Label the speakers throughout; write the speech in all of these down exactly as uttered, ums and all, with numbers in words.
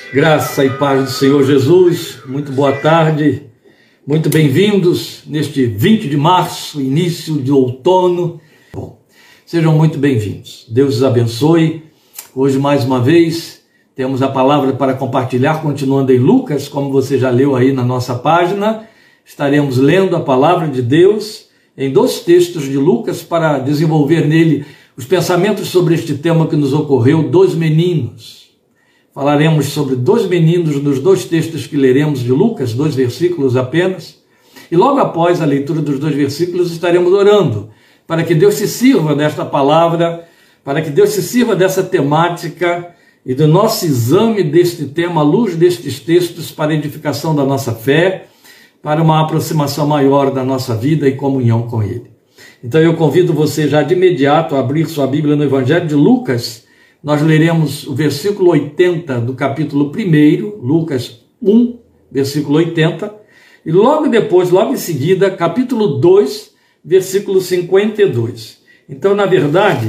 Speaker 1: Graça e paz do Senhor Jesus, muito boa tarde, muito bem-vindos neste vinte de março, início de outono. Bom, sejam muito bem-vindos, Deus os abençoe. Hoje, mais uma vez, temos a palavra para compartilhar, continuando em Lucas, como você já leu aí na nossa página. Estaremos lendo a palavra de Deus em dois textos de Lucas para desenvolver nele os pensamentos sobre este tema que nos ocorreu, dois meninos. Falaremos sobre dois meninos nos dois textos que leremos de Lucas, dois versículos apenas. E logo após a leitura dos dois versículos estaremos orando para que Deus se sirva desta palavra, para que Deus se sirva dessa temática e do nosso exame deste tema à luz destes textos para a edificação da nossa fé, para uma aproximação maior da nossa vida e comunhão com Ele. Então eu convido você já de imediato a abrir sua Bíblia no Evangelho de Lucas. Nós leremos o versículo oitenta do capítulo um, Lucas um, versículo oitenta, e logo depois, logo em seguida, capítulo dois, versículo cinquenta e dois. Então, na verdade,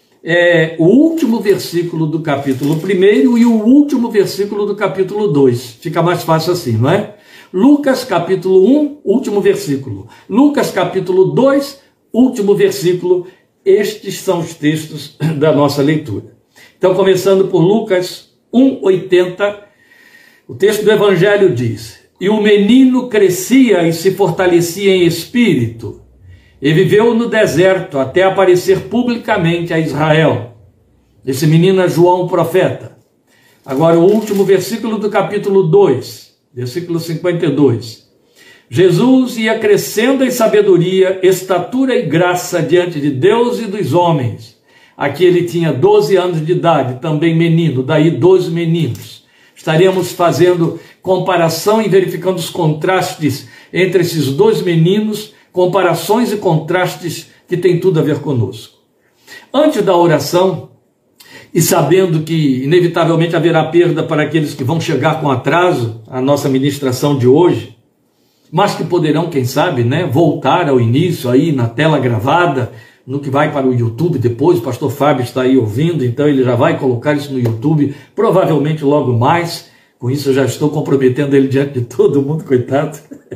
Speaker 1: é o último versículo do capítulo um e o último versículo do capítulo dois. Fica mais fácil assim, não é? Lucas, capítulo um, último versículo. Lucas, capítulo dois, último versículo. Estes são os textos da nossa leitura. Então, começando por Lucas um, oitenta, o texto do Evangelho diz: E o menino crescia e se fortalecia em espírito, e viveu no deserto até aparecer publicamente a Israel. Esse menino é João, o profeta. Agora, o último versículo do capítulo dois, versículo cinquenta e dois. Jesus ia crescendo em sabedoria, estatura e graça diante de Deus e dos homens. Aqui ele tinha doze anos de idade, também menino, daí doze meninos. Estaremos fazendo comparação e verificando os contrastes entre esses dois meninos, comparações e contrastes que têm tudo a ver conosco. Antes da oração, e sabendo que inevitavelmente haverá perda para aqueles que vão chegar com atraso à nossa ministração de hoje, mas que poderão, quem sabe, né, voltar ao início aí na tela gravada, no que vai para o YouTube depois. O pastor Fábio está aí ouvindo, então ele já vai colocar isso no YouTube, provavelmente logo mais. Com isso eu já estou comprometendo ele diante de todo mundo, coitado.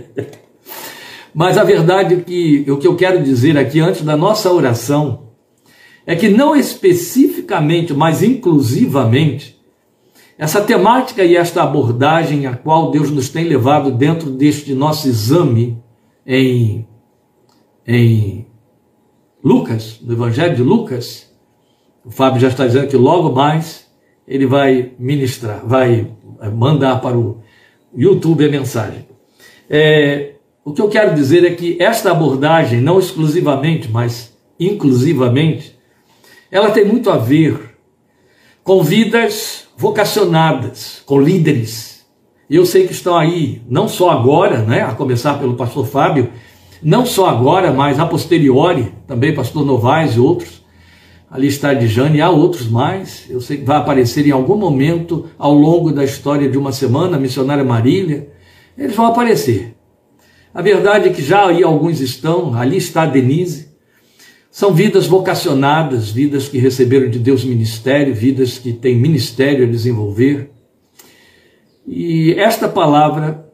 Speaker 1: Mas a verdade é que o que eu quero dizer aqui antes da nossa oração é que não especificamente, mas inclusivamente, essa temática e esta abordagem a qual Deus nos tem levado dentro deste nosso exame em, em Lucas, no Evangelho de Lucas, o Fábio já está dizendo que logo mais ele vai ministrar, vai mandar para o YouTube a mensagem. É, o que eu quero dizer é que esta abordagem, não exclusivamente, mas inclusivamente, ela tem muito a ver com vidas vocacionadas, com líderes. E eu sei que estão aí, não só agora, né, a começar pelo pastor Fábio, não só agora, mas a posteriori, também pastor Novaes e outros, ali está a Dijane e há outros mais. Eu sei que vai aparecer em algum momento ao longo da história de uma semana, a missionária Marília, eles vão aparecer. A verdade é que já aí alguns estão, ali está a Denise. São vidas vocacionadas, vidas que receberam de Deus ministério, vidas que têm ministério a desenvolver. E esta palavra,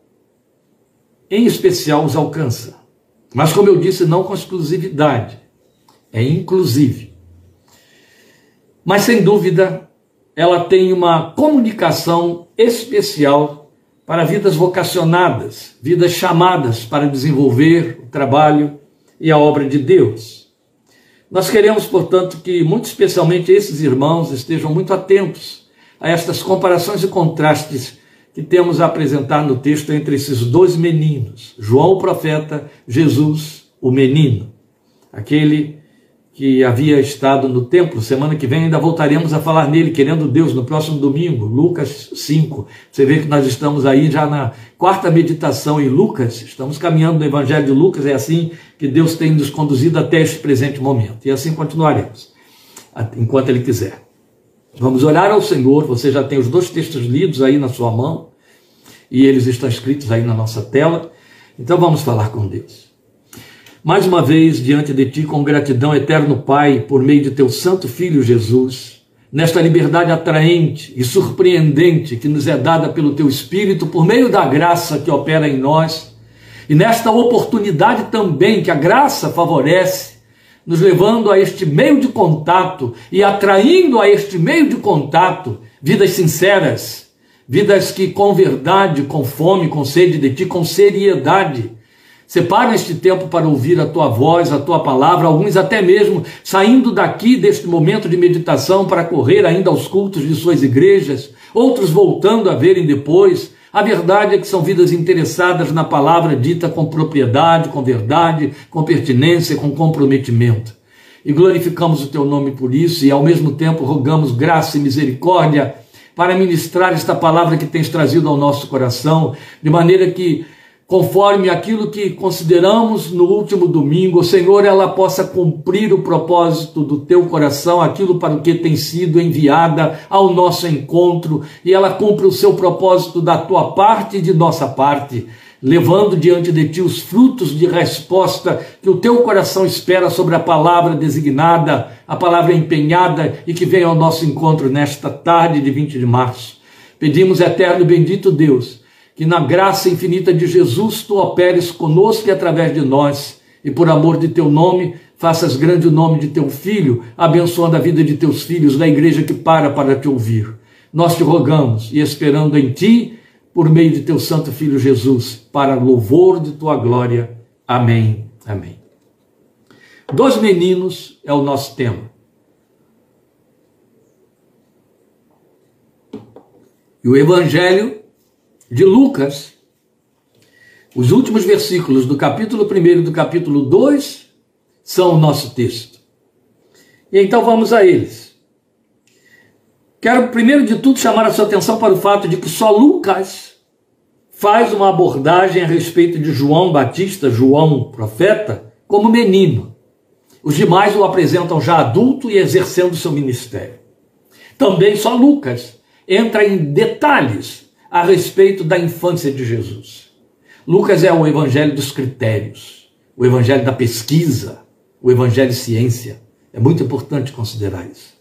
Speaker 1: em especial, os alcança. Mas, como eu disse, não com exclusividade, é inclusive. Mas, sem dúvida, ela tem uma comunicação especial para vidas vocacionadas, vidas chamadas para desenvolver o trabalho e a obra de Deus. Nós queremos, portanto, que muito especialmente esses irmãos estejam muito atentos a estas comparações e contrastes que temos a apresentar no texto entre esses dois meninos, João o profeta, Jesus o menino, aquele que havia estado no templo. Semana que vem ainda voltaremos a falar nele, querendo Deus, no próximo domingo, Lucas cinco. Você vê que nós estamos aí já na quarta meditação em Lucas, estamos caminhando no Evangelho de Lucas, é assim que Deus tem nos conduzido até este presente momento, e assim continuaremos, enquanto Ele quiser. Vamos orar ao Senhor. Você já tem os dois textos lidos aí na sua mão, e eles estão escritos aí na nossa tela. Então vamos falar com Deus. Mais uma vez, diante de Ti, com gratidão, eterno Pai, por meio de Teu Santo Filho Jesus, nesta liberdade atraente e surpreendente que nos é dada pelo Teu Espírito por meio da graça que opera em nós, e nesta oportunidade também que a graça favorece, nos levando a este meio de contato e atraindo a este meio de contato vidas sinceras, vidas que com verdade, com fome, com sede de Ti, com seriedade, separa este tempo para ouvir a Tua voz, a Tua palavra, alguns até mesmo saindo daqui deste momento de meditação para correr ainda aos cultos de suas igrejas, outros voltando a verem depois. A verdade é que são vidas interessadas na palavra dita com propriedade, com verdade, com pertinência, com comprometimento. E glorificamos o Teu nome por isso e ao mesmo tempo rogamos graça e misericórdia para ministrar esta palavra que Tens trazido ao nosso coração, de maneira que, conforme aquilo que consideramos no último domingo, Senhor, ela possa cumprir o propósito do Teu coração, aquilo para o que tem sido enviada ao nosso encontro, e ela cumpra o seu propósito da Tua parte e de nossa parte, levando diante de Ti os frutos de resposta que o Teu coração espera sobre a palavra designada, a palavra empenhada e que vem ao nosso encontro nesta tarde de vinte de março. Pedimos, eterno e bendito Deus, que na graça infinita de Jesus Tu operes conosco e através de nós, e por amor de Teu nome, faças grande o nome de Teu Filho, abençoando a vida de Teus filhos, da igreja que para para Te ouvir. Nós Te rogamos e esperando em Ti, por meio de Teu Santo Filho Jesus, para louvor de Tua glória. Amém. Amém. Dois meninos é o nosso tema. E o Evangelho de Lucas, os últimos versículos do capítulo primeiro e do capítulo dois são o nosso texto. E então vamos a eles. Quero, primeiro de tudo, chamar a sua atenção para o fato de que só Lucas faz uma abordagem a respeito de João Batista, João profeta, como menino. Os demais o apresentam já adulto e exercendo seu ministério. Também só Lucas entra em detalhes a respeito da infância de Jesus. Lucas é o evangelho dos critérios, o evangelho da pesquisa, o evangelho ciência. É muito importante considerar isso.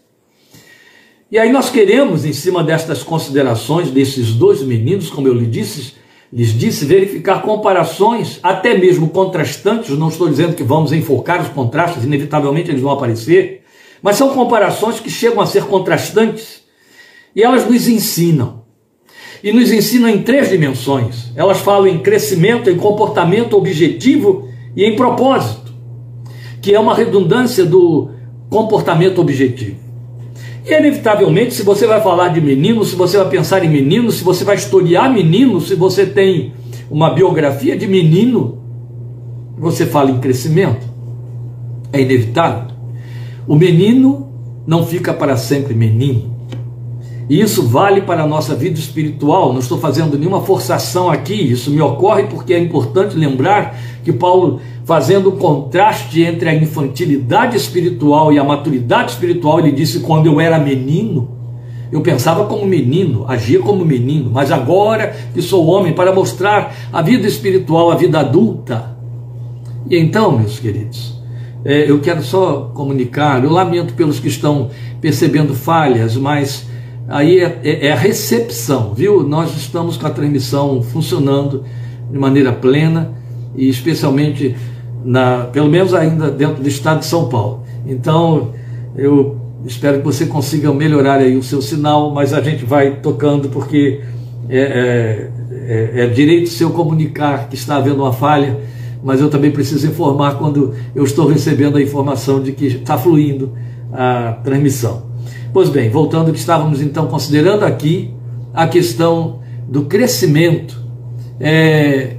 Speaker 1: E aí nós queremos, em cima destas considerações desses dois meninos, como eu lhes disse, lhes disse, verificar comparações, até mesmo contrastantes. Não estou dizendo que vamos enfocar os contrastes, inevitavelmente eles vão aparecer, mas são comparações que chegam a ser contrastantes e elas nos ensinam. E nos ensinam em três dimensões. Elas falam em crescimento, em comportamento objetivo e em propósito, que é uma redundância do comportamento objetivo. E inevitavelmente, se você vai falar de menino, se você vai pensar em menino, se você vai historiar menino, se você tem uma biografia de menino, você fala em crescimento. É inevitável. O menino não fica para sempre menino. E isso vale para a nossa vida espiritual. Não estou fazendo nenhuma forçação aqui, isso me ocorre porque é importante lembrar que Paulo, fazendo o contraste entre a infantilidade espiritual e a maturidade espiritual, ele disse: quando eu era menino, eu pensava como menino, agia como menino, mas agora que sou homem, para mostrar a vida espiritual, a vida adulta. E então, meus queridos, é, eu quero só comunicar, eu lamento pelos que estão percebendo falhas, mas aí é, é, é a recepção, viu? Nós estamos com a transmissão funcionando de maneira plena, e especialmente, na, pelo menos ainda dentro do estado de São Paulo. Então, eu espero que você consiga melhorar aí o seu sinal, mas a gente vai tocando, porque é, é, é, é direito seu comunicar que está havendo uma falha, mas eu também preciso informar quando eu estou recebendo a informação de que está fluindo a transmissão. Pois bem, voltando ao que estávamos então considerando aqui, a questão do crescimento. É,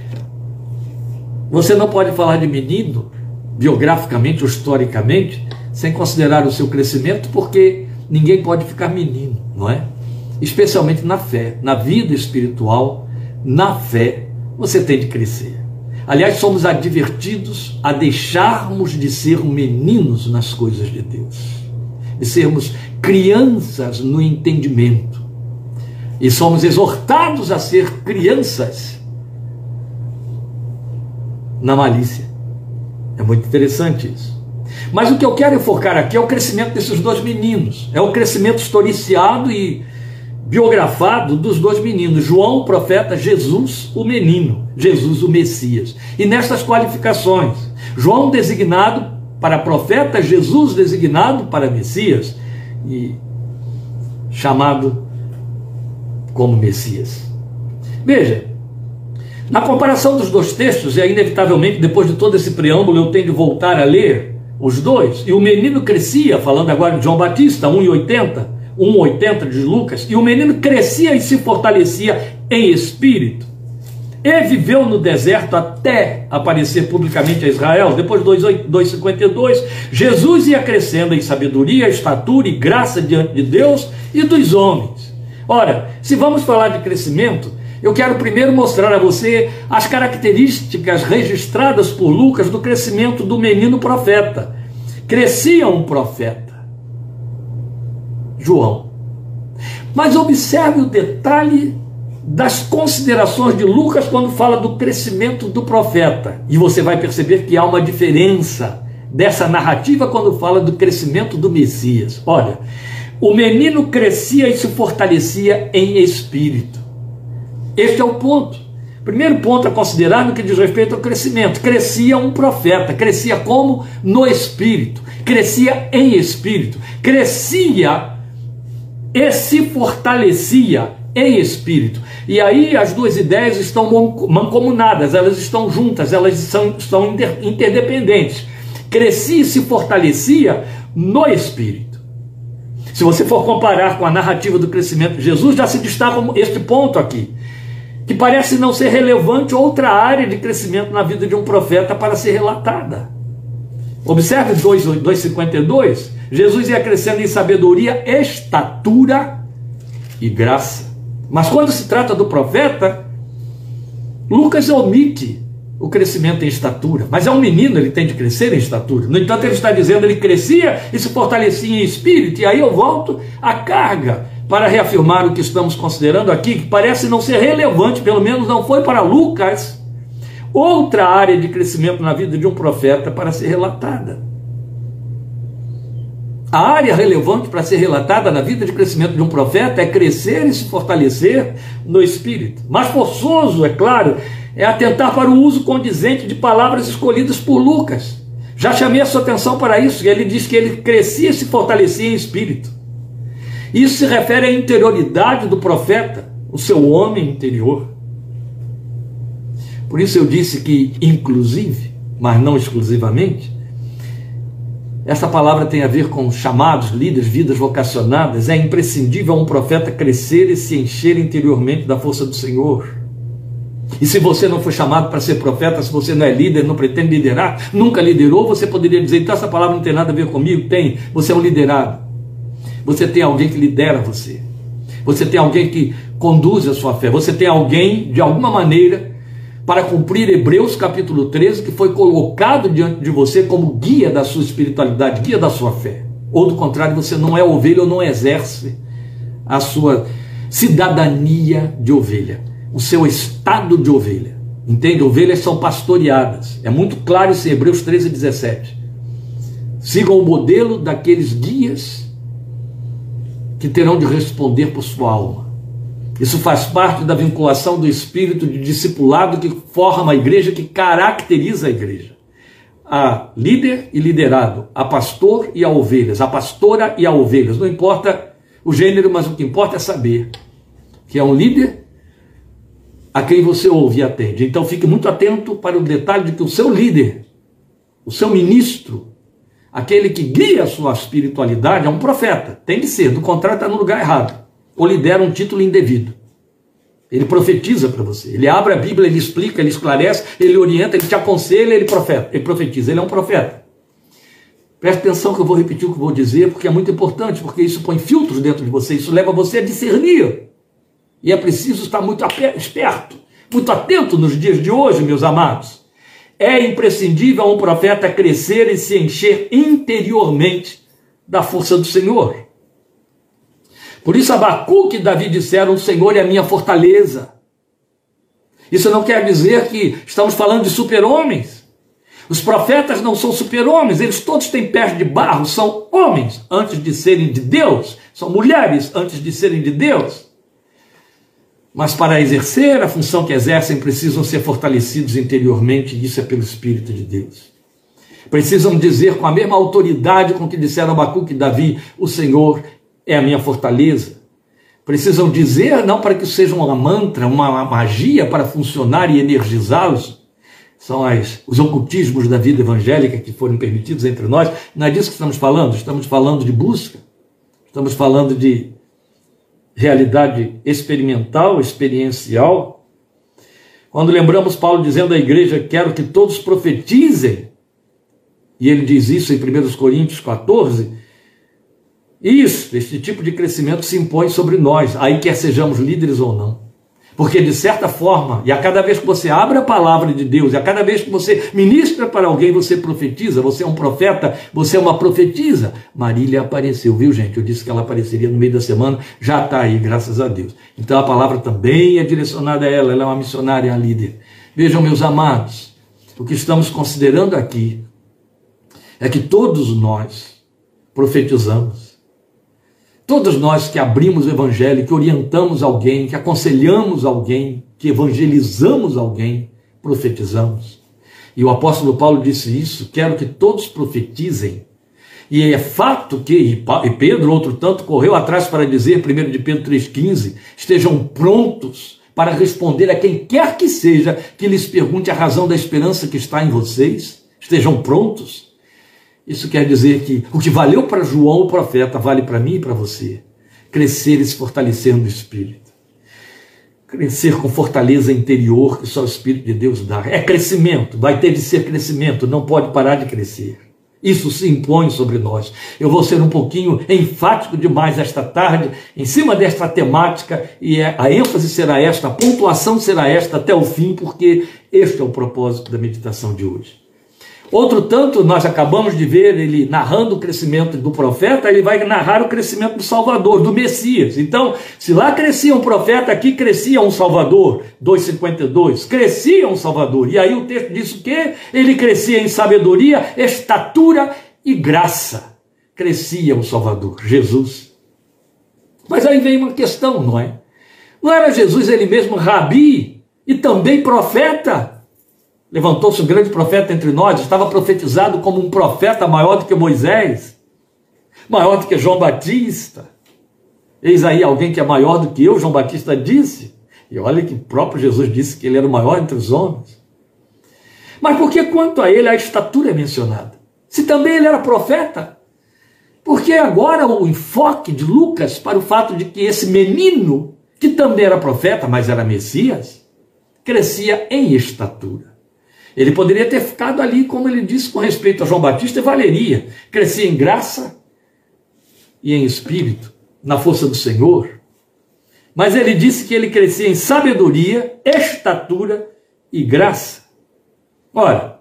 Speaker 1: você não pode falar de menino, biograficamente ou historicamente, sem considerar o seu crescimento, porque ninguém pode ficar menino, não é? Especialmente na fé, na vida espiritual, na fé, você tem de crescer. Aliás, somos advertidos a deixarmos de ser meninos nas coisas de Deus, de sermos crianças no entendimento, e somos exortados a ser crianças na malícia. É muito interessante isso. Mas o que eu quero enfocar aqui é o crescimento desses dois meninos, é o crescimento historiciado e biografado dos dois meninos, João o profeta, Jesus o menino, Jesus o Messias. E nestas qualificações, João designado para profeta, Jesus designado para Messias e chamado como Messias. Veja, na comparação dos dois textos, e inevitavelmente depois de todo esse preâmbulo eu tenho de voltar a ler os dois, e o menino crescia, falando agora de João Batista, um e oitenta, um e oitenta de Lucas, e o menino crescia e se fortalecia em espírito, e viveu no deserto até aparecer publicamente a Israel. Depois de dois e cinquenta e dois, Jesus ia crescendo em sabedoria, estatura e graça diante de Deus e dos homens. Ora, se vamos falar de crescimento, eu quero primeiro mostrar a você as características registradas por Lucas do crescimento do menino profeta. Crescia um profeta, João. Mas observe o detalhe das considerações de Lucas quando fala do crescimento do profeta. E você vai perceber que há uma diferença dessa narrativa quando fala do crescimento do Messias. Olha, o menino crescia e se fortalecia em espírito. Este é o ponto. Primeiro ponto a considerar no que diz respeito ao crescimento. Crescia um profeta. Crescia como? No espírito. Crescia em espírito. Crescia e se fortalecia em espírito. E aí as duas ideias estão mancomunadas, elas estão juntas, elas são, estão inter, interdependentes. Crescia e se fortalecia no espírito. Se você for comparar com a narrativa do crescimento de Jesus, já se destaca este ponto aqui, que parece não ser relevante outra área de crescimento na vida de um profeta para ser relatada. Observe dois e cinquenta e dois, Jesus ia crescendo em sabedoria, estatura e graça. Mas quando se trata do profeta, Lucas omite o crescimento em estatura. Mas é um menino, ele tem de crescer em estatura. No entanto, ele está dizendo, ele crescia e se fortalecia em espírito. E aí eu volto à carga para reafirmar o que estamos considerando aqui, que parece não ser relevante, pelo menos não foi para Lucas, outra área de crescimento na vida de um profeta para ser relatada. A área relevante para ser relatada na vida de crescimento de um profeta é crescer e se fortalecer no espírito. Mas forçoso, é claro, é atentar para o uso condizente de palavras escolhidas por Lucas. Já chamei a sua atenção para isso, e ele diz que ele crescia e se fortalecia em espírito. Isso se refere à interioridade do profeta, o seu homem interior. Por isso eu disse que, inclusive, mas não exclusivamente, essa palavra tem a ver com chamados, líderes, vidas vocacionadas. É imprescindível a um profeta crescer e se encher interiormente da força do Senhor. E se você não foi chamado para ser profeta, se você não é líder, não pretende liderar, nunca liderou, você poderia dizer, então essa palavra não tem nada a ver comigo. Tem, você é um liderado. Você tem alguém que lidera você. Você tem alguém que conduz a sua fé. Você tem alguém, de alguma maneira, para cumprir Hebreus capítulo treze, que foi colocado diante de você como guia da sua espiritualidade, guia da sua fé. Ou do contrário, você não é ovelha ou não exerce a sua cidadania de ovelha, o seu estado de ovelha. Entende? Ovelhas são pastoreadas. É muito claro isso em Hebreus treze, dezessete. Sigam o modelo daqueles guias que terão de responder por sua alma. Isso faz parte da vinculação do espírito de discipulado que forma a igreja, que caracteriza a igreja. A líder e liderado, a pastor e a ovelhas, a pastora e a ovelhas. Não importa o gênero, mas o que importa é saber que é um líder a quem você ouve e atende. Então fique muito atento para o detalhe de que o seu líder, o seu ministro, aquele que guia a sua espiritualidade, é um profeta. Tem que ser, do contrário está no lugar errado. Ou lidera um título indevido. Ele profetiza para você. Ele abre a Bíblia, ele explica, ele esclarece, ele orienta, ele te aconselha, ele, profeta, ele profetiza. Ele é um profeta. Preste atenção que eu vou repetir o que eu vou dizer, porque é muito importante, porque isso põe filtros dentro de você, isso leva você a discernir. E é preciso estar muito esperto, muito atento nos dias de hoje, meus amados. É imprescindível a um profeta crescer e se encher interiormente da força do Senhor. Por isso Abacuque e Davi disseram, o Senhor é a minha fortaleza. Isso não quer dizer que estamos falando de super-homens. Os profetas não são super-homens, eles todos têm pés de barro, são homens antes de serem de Deus, são mulheres antes de serem de Deus. Mas para exercer a função que exercem, precisam ser fortalecidos interiormente, e isso é pelo Espírito de Deus. Precisam dizer com a mesma autoridade com que disseram Abacuque e Davi: o Senhor é a minha fortaleza. Precisam dizer, não para que seja uma mantra, uma magia para funcionar e energizá-los. São as, os ocultismos da vida evangélica que foram permitidos entre nós. Não é disso que estamos falando, estamos falando de busca. Estamos falando de realidade experimental, experiencial. Quando lembramos Paulo dizendo à igreja: quero que todos profetizem, e ele diz isso em primeira Coríntios quatorze, isso, este tipo de crescimento se impõe sobre nós, aí quer sejamos líderes ou não. Porque de certa forma, e a cada vez que você abre a palavra de Deus, e a cada vez que você ministra para alguém, você profetiza, você é um profeta, você é uma profetisa. Marília apareceu, viu gente? Eu disse que ela apareceria no meio da semana, já está aí, graças a Deus. Então a palavra também é direcionada a ela, ela é uma missionária, uma líder. Vejam, meus amados, o que estamos considerando aqui é que todos nós profetizamos. Todos nós que abrimos o evangelho, que orientamos alguém, que aconselhamos alguém, que evangelizamos alguém, profetizamos. E o apóstolo Paulo disse isso: quero que todos profetizem. E é fato que, e Pedro, outro tanto, correu atrás para dizer, primeiro de Pedro três quinze, estejam prontos para responder a quem quer que seja que lhes pergunte a razão da esperança que está em vocês. Estejam prontos. Isso quer dizer que o que valeu para João, o profeta, vale para mim e para você. Crescer e se fortalecer no Espírito. Crescer com fortaleza interior que só o Espírito de Deus dá. É crescimento, vai ter de ser crescimento, não pode parar de crescer. Isso se impõe sobre nós. Eu vou ser um pouquinho enfático demais esta tarde, em cima desta temática, e a ênfase será esta, a pontuação será esta até o fim, porque este é o propósito da meditação de hoje. Outro tanto, nós acabamos de ver ele narrando o crescimento do profeta, ele vai narrar o crescimento do Salvador, do Messias. Então, se lá crescia um profeta, aqui crescia um Salvador, dois cinquenta e dois, crescia um Salvador. E aí o texto diz o quê? Ele crescia em sabedoria, estatura e graça. Crescia um Salvador, Jesus. Mas aí vem uma questão, não é? Não era Jesus ele mesmo rabi e também profeta? Levantou-se um grande profeta entre nós, estava profetizado como um profeta maior do que Moisés, maior do que João Batista. Eis aí alguém que é maior do que eu, João Batista disse. E olha que o próprio Jesus disse que ele era o maior entre os homens. Mas por que quanto a ele a estatura é mencionada? Se também ele era profeta? Porque agora o enfoque de Lucas para o fato de que esse menino, que também era profeta, mas era Messias, crescia em estatura. Ele poderia ter ficado ali, como ele disse com respeito a João Batista, e valeria. Crescia em graça e em espírito, na força do Senhor. Mas ele disse que ele crescia em sabedoria, estatura e graça. Ora,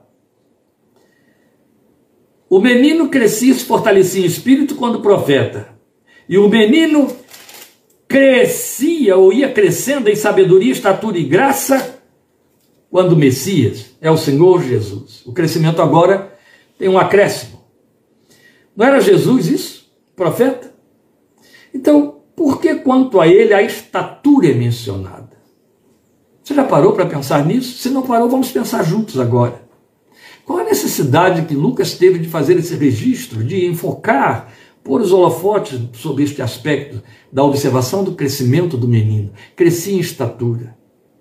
Speaker 1: o menino crescia e se fortalecia em espírito quando profeta. E o menino crescia ou ia crescendo em sabedoria, estatura e graça quando o Messias é o Senhor Jesus. O crescimento agora tem um acréscimo. Não era Jesus isso? Profeta? Então, por que quanto a ele a estatura é mencionada? Você já parou para pensar nisso? Se não parou, vamos pensar juntos agora. Qual a necessidade que Lucas teve de fazer esse registro, de enfocar, pôr os holofotes sobre este aspecto da observação do crescimento do menino? Crescia em estatura.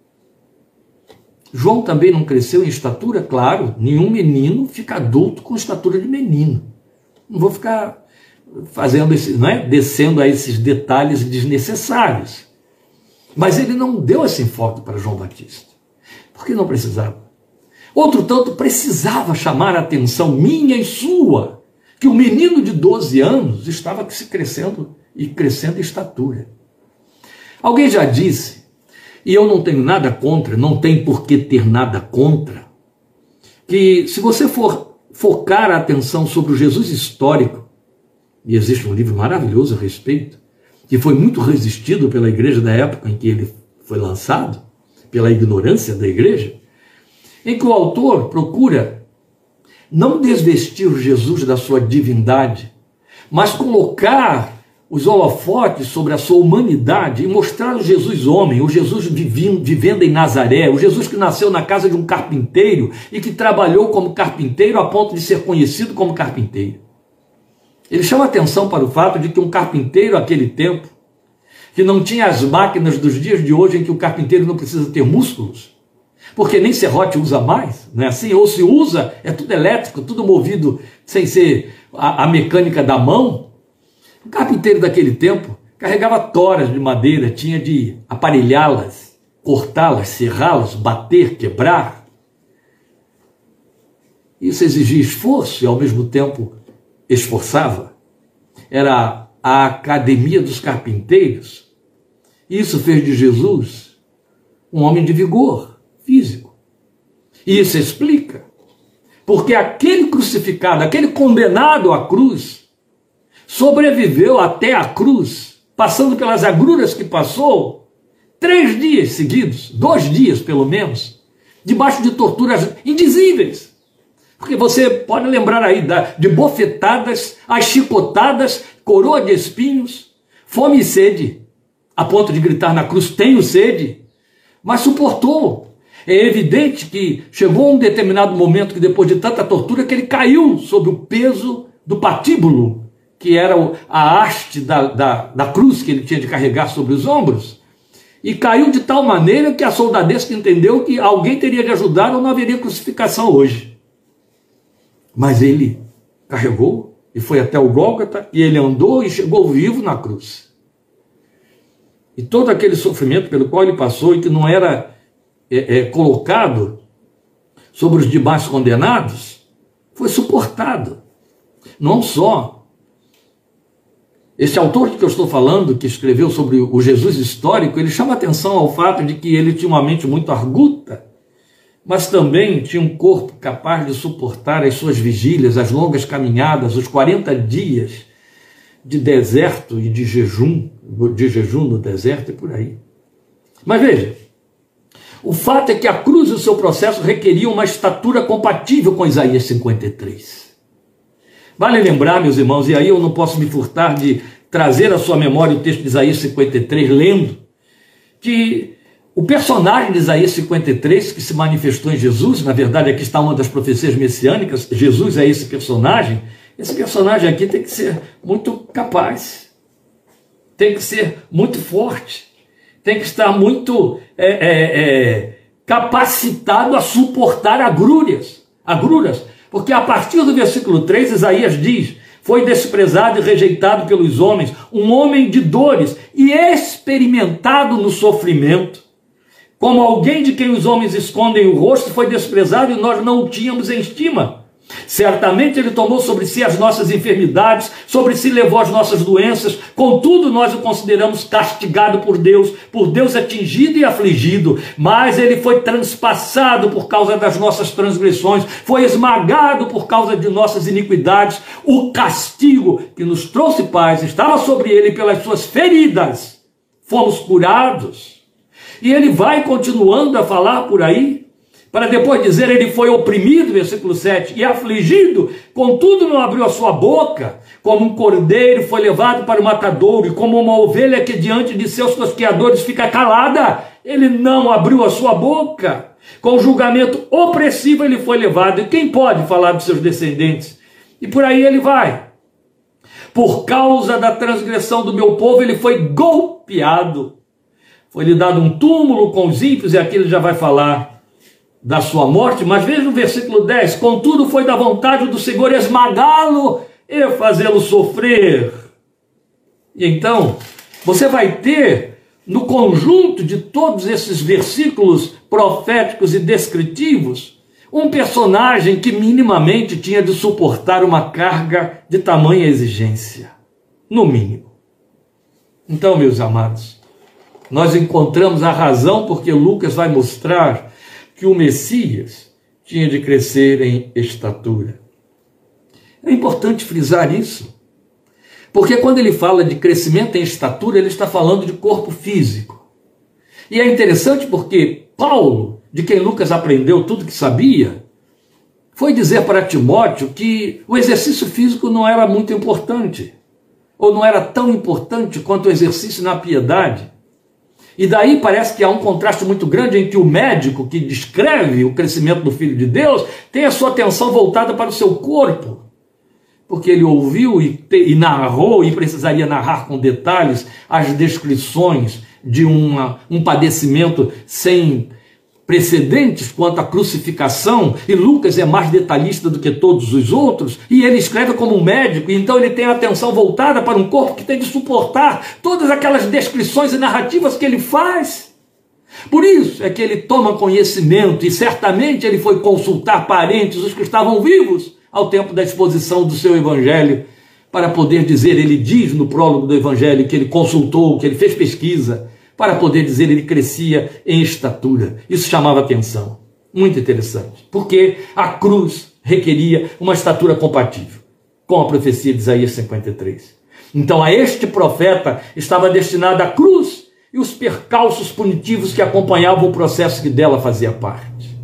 Speaker 1: João também não cresceu em estatura? Claro, nenhum menino fica adulto com estatura de menino. Não vou ficar fazendo esse, não é? Descendo a esses detalhes desnecessários. Mas ele não deu esse enfoque para João Batista. Porque não precisava. Outro tanto precisava chamar a atenção minha e sua, que o menino de doze anos estava se crescendo e crescendo em estatura. Alguém já disse, e eu não tenho nada contra, não tem por que ter nada contra, que se você for focar a atenção sobre o Jesus histórico, e existe um livro maravilhoso a respeito, que foi muito resistido pela igreja da época em que ele foi lançado, pela ignorância da igreja, em que o autor procura não desvestir Jesus da sua divindade, mas colocar os holofotes sobre a sua humanidade e mostrar o Jesus homem, o Jesus vivendo em Nazaré, o Jesus que nasceu na casa de um carpinteiro e que trabalhou como carpinteiro a ponto de ser conhecido como carpinteiro. Ele chama atenção para o fato de que um carpinteiro naquele tempo, que não tinha as máquinas dos dias de hoje em que o carpinteiro não precisa ter músculos, porque nem serrote usa mais, não é assim? Ou se usa, é tudo elétrico, tudo movido sem ser a, a mecânica da mão. O carpinteiro daquele tempo carregava toras de madeira, tinha de aparelhá-las, cortá-las, serrá-las, bater, quebrar. Isso exigia esforço e ao mesmo tempo esforçava. Era a academia dos carpinteiros. Isso fez de Jesus um homem de vigor físico. E isso explica porque aquele crucificado, aquele condenado à cruz, sobreviveu até a cruz, passando pelas agruras que passou, três dias seguidos, dois dias pelo menos, debaixo de torturas indizíveis. Porque você pode lembrar aí de bofetadas, as chicotadas, coroa de espinhos, fome e sede, a ponto de gritar na cruz, tenho sede, mas suportou. É evidente que chegou um determinado momento que depois de tanta tortura que ele caiu sob o peso do patíbulo, que era a haste da, da, da cruz que ele tinha de carregar sobre os ombros, e caiu de tal maneira que a soldadesca entendeu que alguém teria de ajudar ou não haveria crucificação hoje. Mas ele carregou e foi até o Gólgota, e ele andou e chegou vivo na cruz. E todo aquele sofrimento pelo qual ele passou e que não era é, é, colocado sobre os demais condenados, foi suportado. Não só este autor de que eu estou falando, que escreveu sobre o Jesus histórico, ele chama atenção ao fato de que ele tinha uma mente muito arguta, mas também tinha um corpo capaz de suportar as suas vigílias, as longas caminhadas, os quarenta dias de deserto e de jejum, de jejum no deserto e por aí. Mas veja, o fato é que a cruz e o seu processo requeriam uma estatura compatível com Isaías cinquenta e três. Vale lembrar, meus irmãos, e aí eu não posso me furtar de trazer à sua memória o texto de Isaías cinquenta e três, lendo, que o personagem de Isaías cinquenta e três, que se manifestou em Jesus, na verdade aqui está uma das profecias messiânicas, Jesus é esse personagem, esse personagem aqui tem que ser muito capaz, tem que ser muito forte, tem que estar muito é, é, é, capacitado a suportar agruras, agruras, porque a partir do versículo três, Isaías diz, foi desprezado e rejeitado pelos homens, um homem de dores e experimentado no sofrimento. Como alguém de quem os homens escondem o rosto, foi desprezado e nós não o tínhamos em estima. Certamente ele tomou sobre si as nossas enfermidades, sobre si levou as nossas doenças, contudo nós o consideramos castigado por Deus, por Deus atingido e afligido, mas ele foi transpassado por causa das nossas transgressões, foi esmagado por causa de nossas iniquidades, o castigo que nos trouxe paz estava sobre ele, pelas suas feridas fomos curados. E ele vai continuando a falar por aí, para depois dizer, ele foi oprimido, versículo sete, e afligido, contudo não abriu a sua boca, como um cordeiro foi levado para o matadouro, e como uma ovelha que diante de seus tosqueadores fica calada, ele não abriu a sua boca. Com julgamento opressivo ele foi levado, e quem pode falar dos seus descendentes? E por aí ele vai. Por causa da transgressão do meu povo, ele foi golpeado. Foi-lhe dado um túmulo com os ímpios, e aqui ele já vai falar da sua morte, mas veja o versículo dez, contudo foi da vontade do Senhor esmagá-lo e fazê-lo sofrer. E então, você vai ter, no conjunto de todos esses versículos proféticos e descritivos, um personagem que minimamente tinha de suportar uma carga de tamanha exigência, no mínimo. Então, meus amados, nós encontramos a razão porque Lucas vai mostrar que o Messias tinha de crescer em estatura. É importante frisar isso, porque quando ele fala de crescimento em estatura, ele está falando de corpo físico. E é interessante porque Paulo, de quem Lucas aprendeu tudo que sabia, foi dizer para Timóteo que o exercício físico não era muito importante, ou não era tão importante quanto o exercício na piedade. E daí parece que há um contraste muito grande em que o médico que descreve o crescimento do Filho de Deus tem a sua atenção voltada para o seu corpo, porque ele ouviu e, te, e narrou, e precisaria narrar com detalhes as descrições de uma, um padecimento sem precedentes quanto à crucificação, e Lucas é mais detalhista do que todos os outros, e ele escreve como um médico, e então ele tem a atenção voltada para um corpo que tem de suportar todas aquelas descrições e narrativas que ele faz. Por isso é que ele toma conhecimento, e certamente ele foi consultar parentes, os que estavam vivos ao tempo da exposição do seu evangelho, para poder dizer, ele diz no prólogo do evangelho que ele consultou, que ele fez pesquisa, para poder dizer ele crescia em estatura. Isso chamava atenção. Muito interessante. Porque a cruz requeria uma estatura compatível com a profecia de Isaías cinquenta e três. Então a este profeta estava destinada a cruz e os percalços punitivos que acompanhavam o processo que dela fazia parte.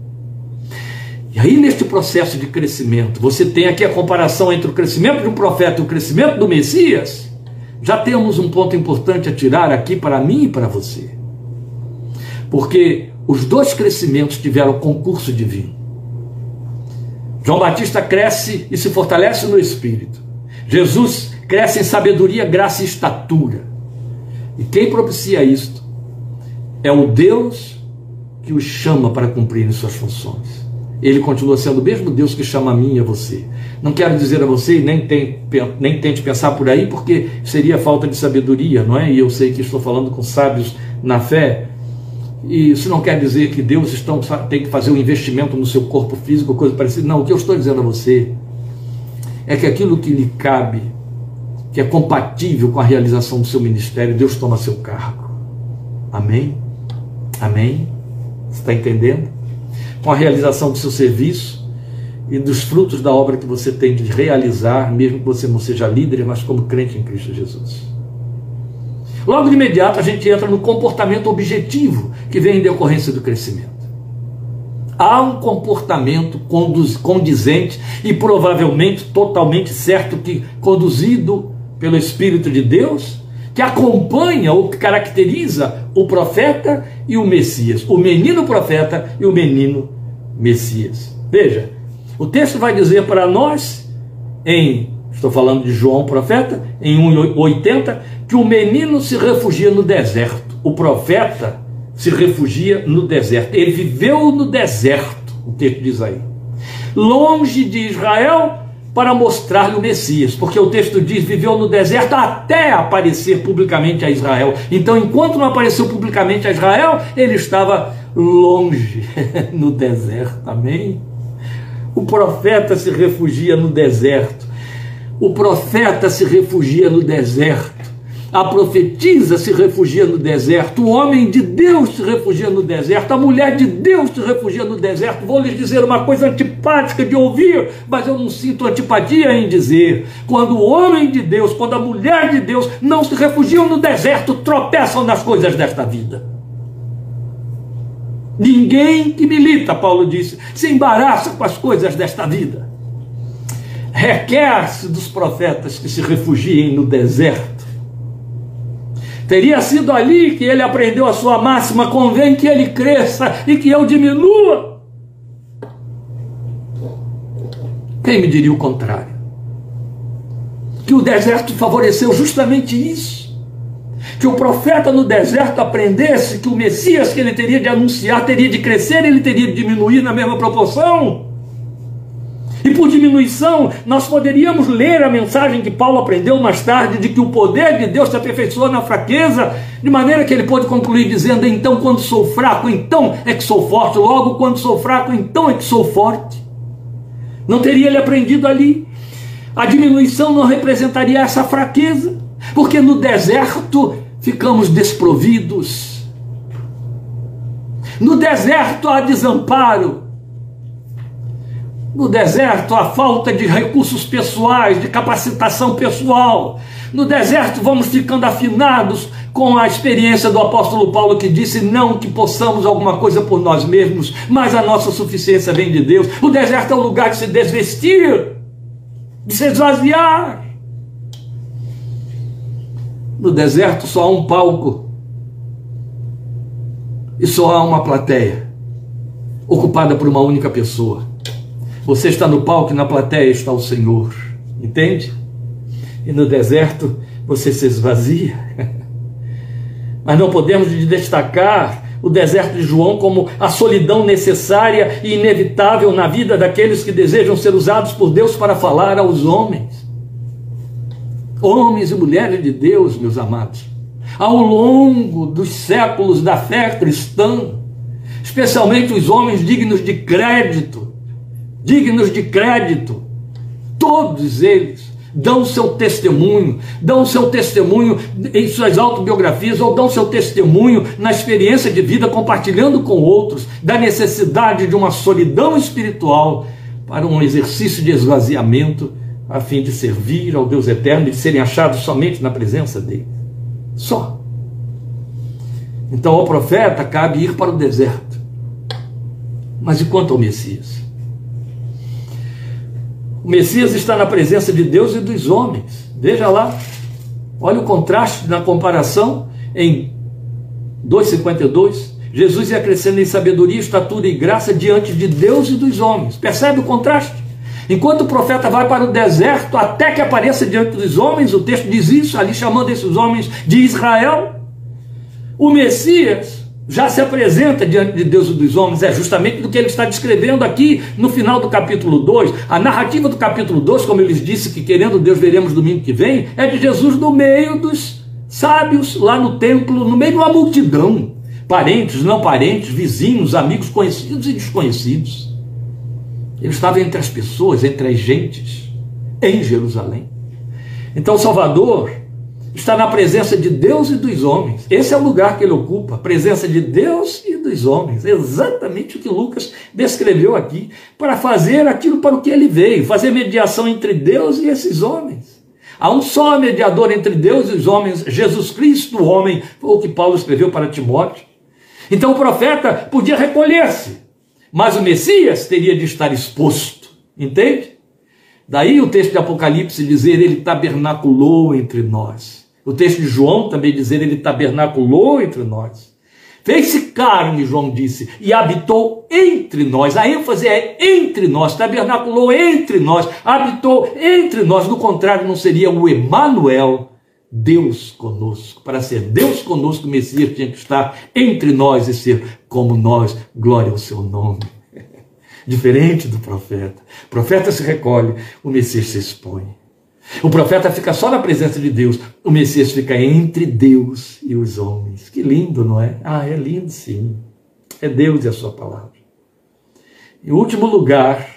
Speaker 1: E aí neste processo de crescimento, você tem aqui a comparação entre o crescimento de um profeta e o crescimento do Messias. Já temos um ponto importante a tirar aqui para mim e para você. Porque os dois crescimentos tiveram concurso divino. João Batista cresce e se fortalece no Espírito. Jesus cresce em sabedoria, graça e estatura. E quem propicia isto é o Deus que os chama para cumprirem suas funções. Ele continua sendo o mesmo Deus que chama a mim e a você. Não quero dizer a você, nem, tem, nem tente pensar por aí, porque seria falta de sabedoria, não é? E eu sei que estou falando com sábios na fé. E isso não quer dizer que Deus estão, tem que fazer um investimento no seu corpo físico, coisa parecida. Não, o que eu estou dizendo a você é que aquilo que lhe cabe, que é compatível com a realização do seu ministério, Deus toma seu cargo. Amém? Amém? Você está entendendo? Com a realização do seu serviço e dos frutos da obra que você tem de realizar, mesmo que você não seja líder, mas como crente em Cristo Jesus. Logo de imediato a gente entra no comportamento objetivo que vem em decorrência do crescimento. Há um comportamento condizente e provavelmente totalmente certo, que conduzido pelo Espírito de Deus, que acompanha ou que caracteriza o profeta e o Messias, o menino profeta e o menino Messias. Veja, o texto vai dizer para nós, em, estou falando de João profeta, em um e oitenta, que o menino se refugia no deserto, o profeta se refugia no deserto, ele viveu no deserto, o texto diz aí, longe de Israel, para mostrar-lhe o Messias, porque o texto diz, viveu no deserto até aparecer publicamente a Israel. Então, enquanto não apareceu publicamente a Israel, ele estava longe no deserto, amém? O profeta se refugia no deserto, o profeta se refugia no deserto, a profetisa se refugia no deserto, o homem de Deus se refugia no deserto, a mulher de Deus se refugia no deserto. Vou lhes dizer uma coisa antipática de ouvir, mas eu não sinto antipatia em dizer. Quando o homem de Deus, quando a mulher de Deus não se refugiam no deserto, tropeçam nas coisas desta vida. Ninguém que milita, Paulo disse, se embaraça com as coisas desta vida. Requer-se dos profetas que se refugiem no deserto. Teria sido ali que ele aprendeu a sua máxima, convém que ele cresça e que eu diminua. Quem me diria o contrário? Que o deserto favoreceu justamente isso. Que o profeta no deserto aprendesse que o Messias que ele teria de anunciar teria de crescer, ele teria de diminuir na mesma proporção. E por diminuição, nós poderíamos ler a mensagem que Paulo aprendeu mais tarde, de que o poder de Deus se aperfeiçoa na fraqueza, de maneira que ele pôde concluir dizendo, então quando sou fraco, então é que sou forte, logo quando sou fraco, então é que sou forte. Não teria ele aprendido ali? A diminuição não representaria essa fraqueza, porque no deserto ficamos desprovidos. No deserto há desamparo. No deserto, a falta de recursos pessoais, de capacitação pessoal. No deserto, vamos ficando afinados com a experiência do apóstolo Paulo, que disse: não que possamos alguma coisa por nós mesmos, mas a nossa suficiência vem de Deus. O deserto é o lugar de se desvestir, de se esvaziar. No deserto só há um palco e só há uma plateia, ocupada por uma única pessoa. Você está no palco e na plateia está o Senhor, entende? E no deserto você se esvazia. Mas não podemos destacar o deserto de João como a solidão necessária e inevitável na vida daqueles que desejam ser usados por Deus para falar aos homens. Homens e mulheres de Deus, meus amados, ao longo dos séculos da fé cristã, especialmente os homens dignos de crédito, dignos de crédito, todos eles dão seu testemunho, dão seu testemunho em suas autobiografias, ou dão seu testemunho na experiência de vida, compartilhando com outros da necessidade de uma solidão espiritual para um exercício de esvaziamento, a fim de servir ao Deus eterno e de serem achados somente na presença dele. Só. Então ao profeta cabe ir para o deserto. Mas e quanto ao Messias? O Messias está na presença de Deus e dos homens. Veja lá, olha o contraste na comparação em dois, cinquenta e dois. Jesus ia crescendo em sabedoria, estatura e graça diante de Deus e dos homens. Percebe o contraste? Enquanto o profeta vai para o deserto, até que apareça diante dos homens, o texto diz isso, ali chamando esses homens de Israel, o Messias já se apresenta diante de Deus e dos homens. É justamente do que ele está descrevendo aqui no final do capítulo dois. A narrativa do capítulo dois, como eu lhes disse, que querendo Deus veremos domingo que vem, é de Jesus no meio dos sábios, lá no templo, no meio de uma multidão, parentes, não parentes, vizinhos, amigos, conhecidos e desconhecidos. Ele estava entre as pessoas, entre as gentes, em Jerusalém. Então o Salvador está na presença de Deus e dos homens. Esse é o lugar que ele ocupa, a presença de Deus e dos homens. Exatamente o que Lucas descreveu aqui, para fazer aquilo para o que ele veio, fazer mediação entre Deus e esses homens. Há um só mediador entre Deus e os homens, Jesus Cristo, o homem, foi o que Paulo escreveu para Timóteo. Então o profeta podia recolher-se, mas o Messias teria de estar exposto, entende? Daí o texto de Apocalipse dizer: ele tabernaculou entre nós. O texto de João também dizer: ele tabernaculou entre nós. Fez-se carne, João disse, e habitou entre nós. A ênfase é entre nós, tabernaculou entre nós, habitou entre nós. No contrário, não seria o Emanuel, Deus conosco. Para ser Deus conosco, o Messias tinha que estar entre nós e ser como nós. Glória ao seu nome. Diferente do profeta. O profeta se recolhe, o Messias se expõe. O profeta fica só na presença de Deus, o Messias fica entre Deus e os homens. Que lindo, não é? Ah, é lindo sim. É Deus e a sua palavra. Em último lugar,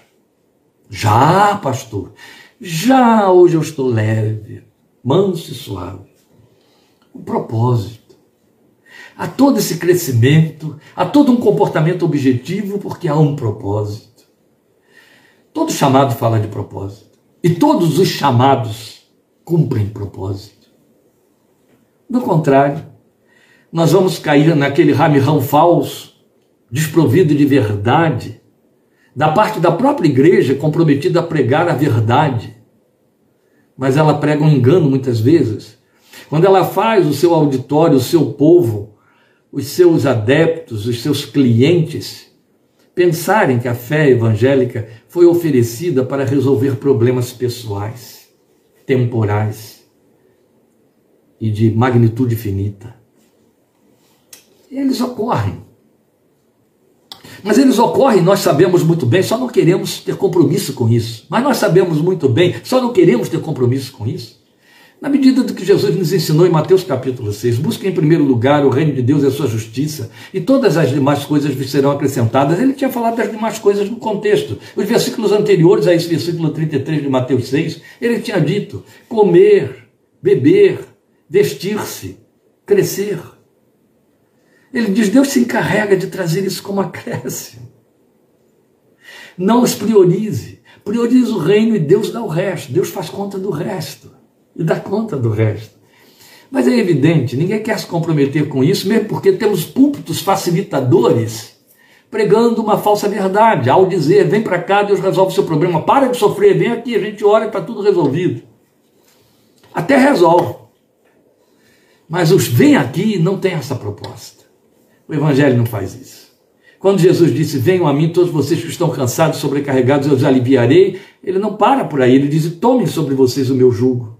Speaker 1: já, pastor, já hoje eu estou leve, manso e suave. O propósito. Há todo esse crescimento, há todo um comportamento objetivo, porque há um propósito. Todo chamado fala de propósito. E todos os chamados cumprem propósito. Do contrário, nós vamos cair naquele ramirrão falso, desprovido de verdade, da parte da própria igreja comprometida a pregar a verdade. Mas ela prega um engano muitas vezes. Quando ela faz o seu auditório, o seu povo, os seus adeptos, os seus clientes, pensarem que a fé evangélica foi oferecida para resolver problemas pessoais, temporais e de magnitude finita. Eles ocorrem. Mas eles ocorrem, nós sabemos muito bem, só não queremos ter compromisso com isso. Mas nós sabemos muito bem, só não queremos ter compromisso com isso. Na medida do que Jesus nos ensinou em Mateus capítulo seis, busquem em primeiro lugar o reino de Deus e a sua justiça, e todas as demais coisas vos serão acrescentadas. Ele tinha falado das demais coisas no contexto. Os versículos anteriores a esse versículo trinta e três de Mateus seis, ele tinha dito: comer, beber, vestir-se, crescer. Ele diz: Deus se encarrega de trazer isso como acréscimo. Não os priorize. Priorize o reino e Deus dá o resto. Deus faz conta do resto. E dá conta do resto. Mas é evidente, ninguém quer se comprometer com isso, mesmo porque temos púlpitos facilitadores pregando uma falsa verdade, ao dizer, vem para cá, Deus resolve o seu problema, para de sofrer, vem aqui, a gente ora e está tudo resolvido. Até resolve. Mas os vem aqui não tem essa proposta. O Evangelho não faz isso. Quando Jesus disse, venham a mim todos vocês que estão cansados, sobrecarregados, eu os aliviarei, ele não para por aí, ele diz, tomem sobre vocês o meu jugo.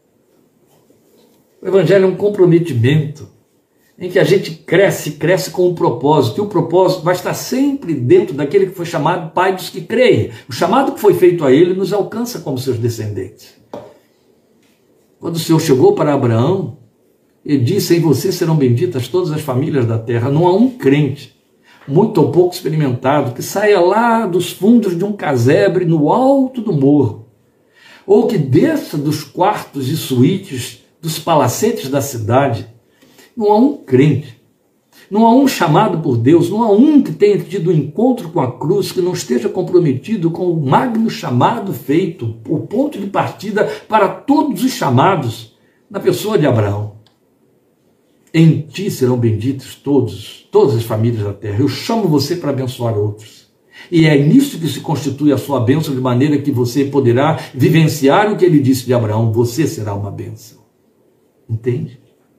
Speaker 1: O Evangelho é um comprometimento em que a gente cresce, cresce com um propósito, e o propósito vai estar sempre dentro daquele que foi chamado Pai dos que creem. O chamado que foi feito a ele nos alcança como seus descendentes. Quando o Senhor chegou para Abraão, ele disse, em você serão benditas todas as famílias da terra. Não há um crente, muito ou pouco experimentado, que saia lá dos fundos de um casebre no alto do morro, ou que desça dos quartos e suítes dos palacetes da cidade. Não há um crente, não há um chamado por Deus, não há um que tenha tido um encontro com a cruz que não esteja comprometido com o magno chamado feito, o ponto de partida para todos os chamados, na pessoa de Abraão. Em ti serão benditos todos, todas as famílias da terra. Eu chamo você para abençoar outros. E é nisso que se constitui a sua bênção, de maneira que você poderá vivenciar o que ele disse de Abraão, você será uma bênção. Entende?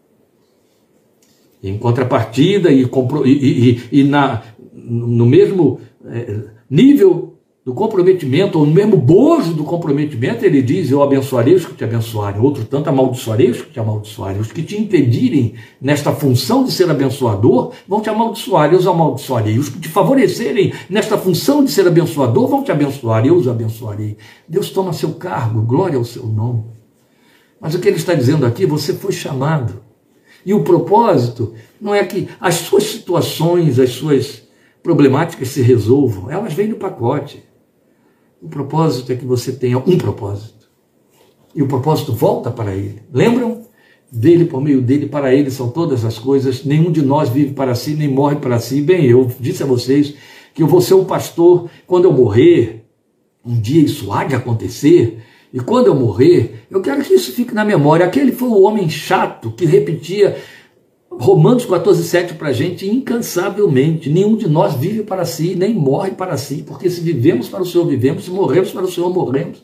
Speaker 1: Em contrapartida e, e, e, e na, no mesmo é, nível do comprometimento, ou no mesmo bojo do comprometimento, ele diz, eu abençoarei os que te abençoarem, outro tanto amaldiçoarei os que te amaldiçoarem, os que te impedirem nesta função de ser abençoador, vão te amaldiçoar, eu os amaldiçoarei, os que te favorecerem nesta função de ser abençoador, vão te abençoar, eu os abençoarei. Deus toma seu cargo, glória ao seu nome. Mas o que ele está dizendo aqui, você foi chamado. E o propósito não é que as suas situações, as suas problemáticas se resolvam, elas vêm no pacote. O propósito é que você tenha um propósito. E o propósito volta para ele. Lembram? Dele, por meio dele, para ele são todas as coisas. Nenhum de nós vive para si, nem morre para si. Bem, eu disse a vocês que eu vou ser um pastor quando eu morrer. Um dia isso há de acontecer. E quando eu morrer, eu quero que isso fique na memória. Aquele foi o homem chato que repetia Romanos quatorze, sete para a gente incansavelmente. Nenhum de nós vive para si, nem morre para si, porque se vivemos para o Senhor, vivemos, se morremos para o Senhor, morremos.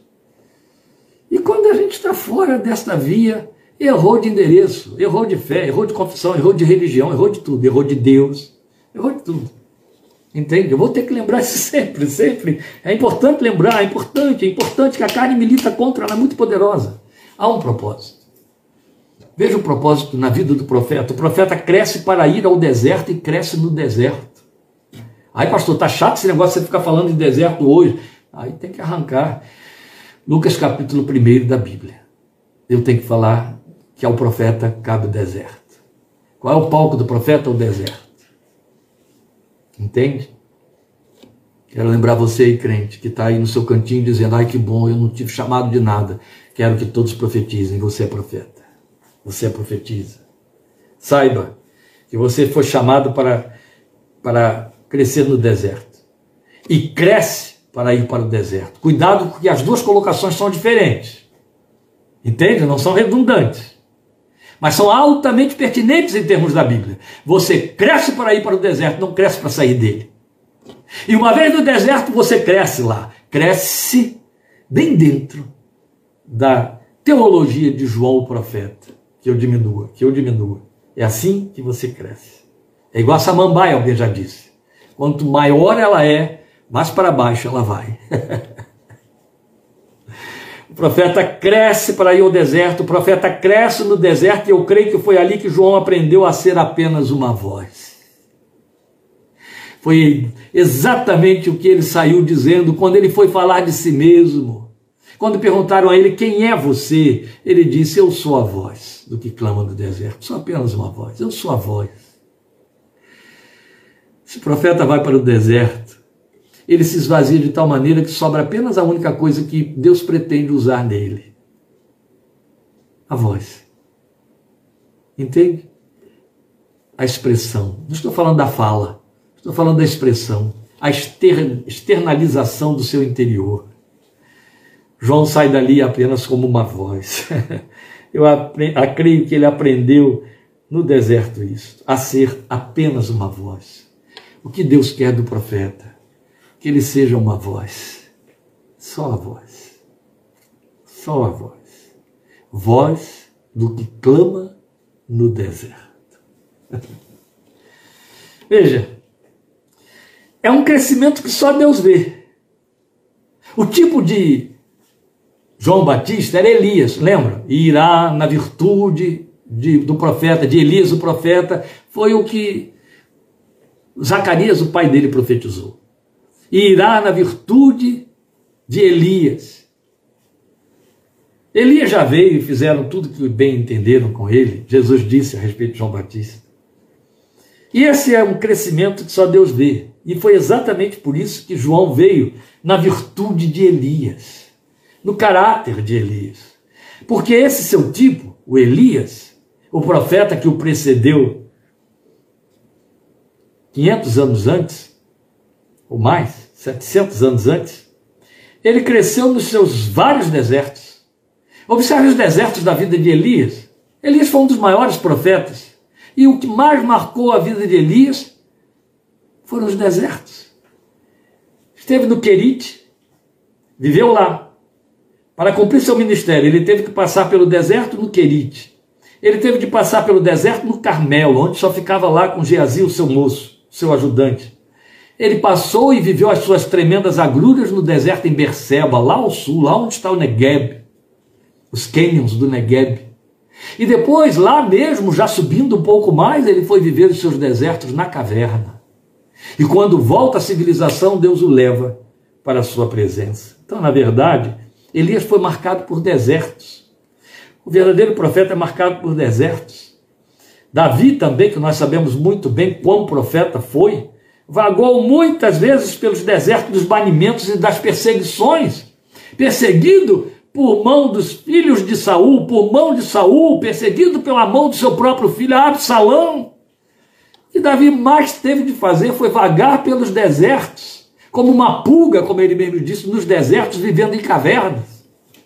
Speaker 1: E quando a gente está fora desta via, errou de endereço, errou de fé, errou de confissão, errou de religião, errou de tudo, errou de Deus, errou de tudo. Entende? Eu vou ter que lembrar isso sempre, sempre. É importante lembrar, é importante, é importante que a carne milita contra, ela é muito poderosa. Há um propósito. Veja o propósito na vida do profeta. O profeta cresce para ir ao deserto e cresce no deserto. Aí, pastor, tá chato esse negócio de você ficar falando de deserto hoje. Aí tem que arrancar. Lucas capítulo um da Bíblia. Eu tenho que falar que ao profeta cabe o deserto. Qual é o palco do profeta? O deserto. Entende? Quero lembrar você aí, crente, que está aí no seu cantinho dizendo, ai que bom, eu não tive chamado de nada. Quero que todos profetizem, você é profeta. Você profetiza. Saiba que você foi chamado para, para crescer no deserto. E cresce para ir para o deserto. Cuidado, porque as duas colocações são diferentes. Entende? Não são redundantes. Mas são altamente pertinentes em termos da Bíblia. Você cresce para ir para o deserto, não cresce para sair dele. E uma vez no deserto, você cresce lá. Cresce bem dentro da teologia de João o profeta. Que eu diminua, que eu diminua. É assim que você cresce. É igual a samambaia, alguém já disse. Quanto maior ela é, mais para baixo ela vai. O profeta cresce para ir ao deserto, o profeta cresce no deserto, e eu creio que foi ali que João aprendeu a ser apenas uma voz. Foi exatamente o que ele saiu dizendo quando ele foi falar de si mesmo. Quando perguntaram a ele, quem é você? Ele disse, eu sou a voz do que clama no deserto. Sou apenas uma voz, eu sou a voz. Se o profeta vai para o deserto, ele se esvazia de tal maneira que sobra apenas a única coisa que Deus pretende usar nele. A voz. Entende? A expressão. Não estou falando da fala, estou falando da expressão. A externalização do seu interior. João sai dali apenas como uma voz. eu creio que ele aprendeu no deserto isso, a ser apenas uma voz. O que Deus quer do profeta? Que ele seja uma voz, só a voz, só a voz, voz do que clama no deserto. Veja, é um crescimento que só Deus vê. O tipo de João Batista era Elias, lembra? E irá na virtude de, do profeta, de Elias o profeta, foi o que Zacarias, o pai dele, profetizou. E irá na virtude de Elias. Elias já veio e fizeram tudo que bem entenderam com ele. Jesus disse a respeito de João Batista. E esse é um crescimento que só Deus vê. E foi exatamente por isso que João veio na virtude de Elias, no caráter de Elias. Porque esse seu tipo, o Elias, o profeta que o precedeu quinhentos anos antes, ou mais, setecentos anos antes, ele cresceu nos seus vários desertos. Observe os desertos da vida de Elias. Elias foi um dos maiores profetas. E o que mais marcou a vida de Elias foram os desertos. Esteve no Querite, viveu lá. Para cumprir seu ministério, ele teve que passar pelo deserto no Querite. Ele teve de passar pelo deserto no Carmelo, onde só ficava lá com Geazi, o seu moço, seu ajudante. Ele passou e viveu as suas tremendas agruras no deserto em Berseba, lá ao sul, lá onde está o Negueb, os cânions do Negueb. E depois, lá mesmo, já subindo um pouco mais, ele foi viver os seus desertos na caverna. E quando volta à civilização, Deus o leva para a sua presença. Então, na verdade, Elias foi marcado por desertos. O verdadeiro profeta é marcado por desertos. Davi também, que nós sabemos muito bem quão profeta foi, vagou muitas vezes pelos desertos dos banimentos e das perseguições, perseguido por mão dos filhos de Saul, por mão de Saul, perseguido pela mão do seu próprio filho Absalão. O que Davi mais teve de fazer foi vagar pelos desertos, como uma pulga, como ele mesmo disse, nos desertos, vivendo em cavernas.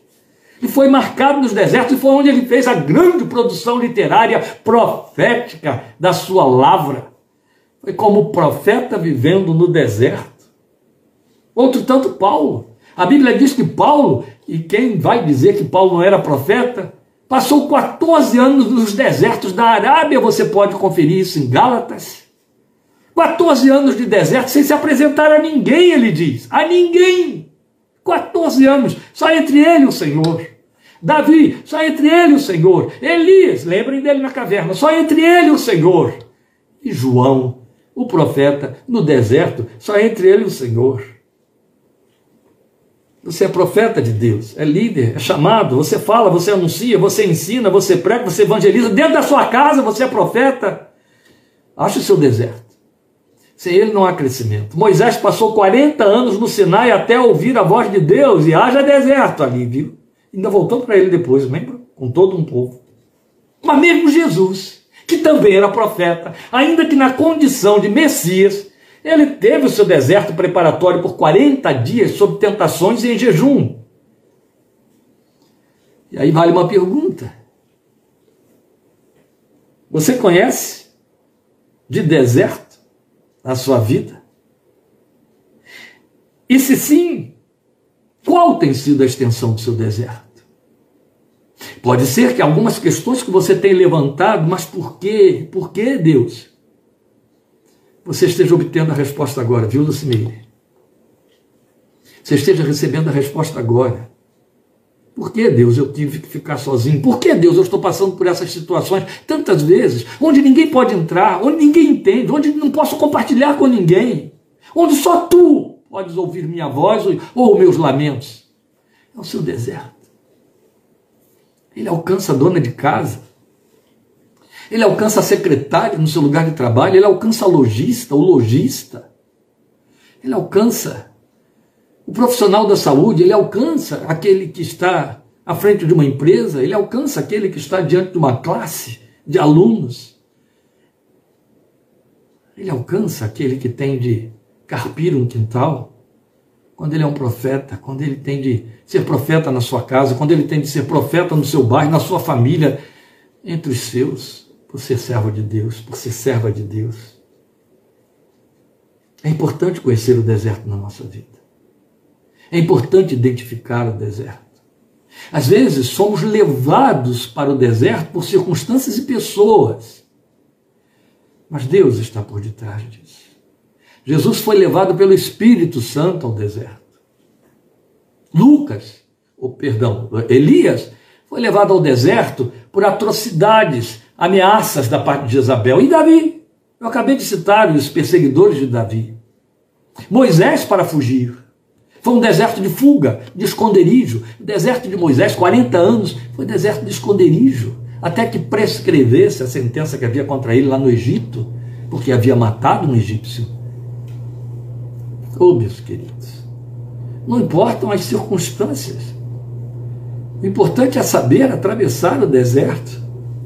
Speaker 1: E foi marcado nos desertos, e foi onde ele fez a grande produção literária profética da sua lavra. Foi como profeta vivendo no deserto. Outro tanto, Paulo. A Bíblia diz que Paulo, e quem vai dizer que Paulo não era profeta, passou quatorze anos nos desertos da Arábia, você pode conferir isso em Gálatas. quatorze anos de deserto sem se apresentar a ninguém, ele diz. A ninguém. quatorze anos, só entre ele e o Senhor. Davi, só entre ele e o Senhor. Elias, lembrem dele na caverna, só entre ele e o Senhor. E João, o profeta, no deserto, só entre ele e o Senhor. Você é profeta de Deus, é líder, é chamado, você fala, você anuncia, você ensina, você prega, você evangeliza. Dentro da sua casa você é profeta. Ache o seu deserto. Sem ele não há crescimento. Moisés passou quarenta anos no Sinai até ouvir a voz de Deus, e haja deserto ali, viu? Ainda voltou para ele depois, lembra? Com todo um povo. Mas mesmo Jesus, que também era profeta, ainda que na condição de Messias, ele teve o seu deserto preparatório por quarenta dias sob tentações e em jejum. E aí vale uma pergunta. Você conhece de deserto a sua vida? E se sim, qual tem sido a extensão do seu deserto? Pode ser que algumas questões que você tem levantado, mas por quê? Por que, Deus? Você esteja obtendo a resposta agora, viu, Lucimeire? Você esteja recebendo a resposta agora. Por que, Deus, eu tive que ficar sozinho? Por que, Deus, eu estou passando por essas situações tantas vezes, onde ninguém pode entrar, onde ninguém entende, onde não posso compartilhar com ninguém, onde só tu podes ouvir minha voz ou meus lamentos? É o seu deserto. Ele alcança a dona de casa. Ele alcança a secretária no seu lugar de trabalho, ele alcança a lojista, o lojista, ele alcança o profissional da saúde, ele alcança aquele que está à frente de uma empresa, ele alcança aquele que está diante de uma classe de alunos, ele alcança aquele que tem de carpir um quintal, quando ele é um profeta, quando ele tem de ser profeta na sua casa, quando ele tem de ser profeta no seu bairro, na sua família, entre os seus, por ser servo de Deus, por ser serva de Deus. É importante conhecer o deserto na nossa vida. É importante identificar o deserto. Às vezes somos levados para o deserto por circunstâncias e pessoas. Mas Deus está por detrás disso. Jesus foi levado pelo Espírito Santo ao deserto. Lucas, ou perdão, Elias, foi levado ao deserto por atrocidades, ameaças da parte de Jezabel. E Davi, eu acabei de citar os perseguidores de Davi. Moisés para fugir. Foi um deserto de fuga, de esconderijo. O deserto de Moisés, quarenta anos, foi deserto de esconderijo. Até que prescrevesse a sentença que havia contra ele lá no Egito, porque havia matado um egípcio. Oh, meus queridos, não importam as circunstâncias. O importante é saber atravessar o deserto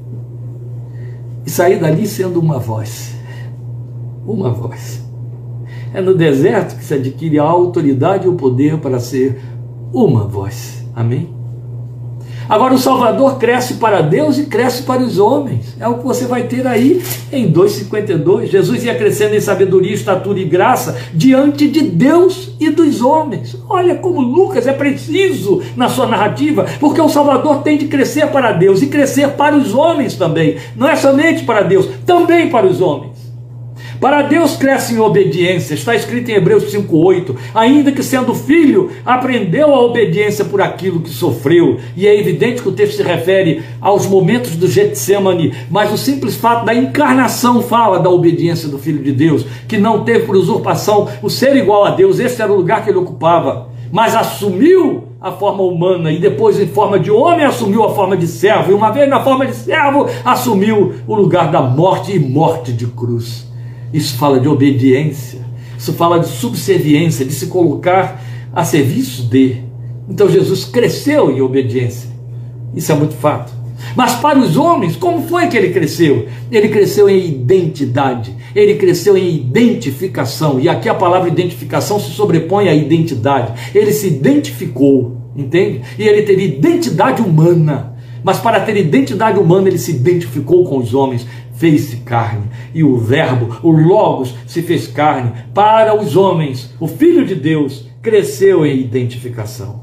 Speaker 1: e sair dali sendo uma voz. Uma voz. É no deserto que se adquire a autoridade e o poder para ser uma voz. Amém? Agora o Salvador cresce para Deus e cresce para os homens. É o que você vai ter aí em dois, cinquenta e dois. Jesus ia crescendo em sabedoria, estatura e graça diante de Deus e dos homens. Olha como Lucas é preciso na sua narrativa, porque o Salvador tem de crescer para Deus e crescer para os homens também. Não é somente para Deus, também para os homens. Para Deus cresce em obediência, está escrito em Hebreus cinco, oito, ainda que sendo filho, aprendeu a obediência por aquilo que sofreu. E é evidente que o texto se refere aos momentos do Getsemane, mas o simples fato da encarnação fala da obediência do Filho de Deus, que não teve por usurpação o ser igual a Deus. Este era o lugar que ele ocupava, mas assumiu a forma humana e depois em forma de homem assumiu a forma de servo, e uma vez na forma de servo assumiu o lugar da morte e morte de cruz. Isso fala de obediência, isso fala de subserviência, de se colocar a serviço de. Então Jesus cresceu em obediência, isso é muito fato. Mas para os homens, como foi que ele cresceu? Ele cresceu em identidade, ele cresceu em identificação, e aqui a palavra identificação se sobrepõe à identidade. Ele se identificou, entende? E ele teria identidade humana, mas para ter identidade humana ele se identificou com os homens. Fez-se carne, e o verbo, o Logos, se fez carne para os homens. O Filho de Deus cresceu em identificação.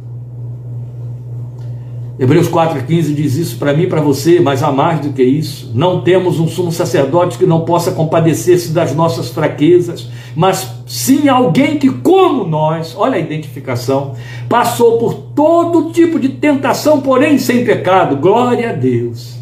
Speaker 1: Hebreus quatro, quinze diz isso para mim e para você, mas há mais do que isso. Não temos um sumo sacerdote que não possa compadecer-se das nossas fraquezas, mas sim alguém que, como nós, olha a identificação, passou por todo tipo de tentação, porém sem pecado. Glória a Deus.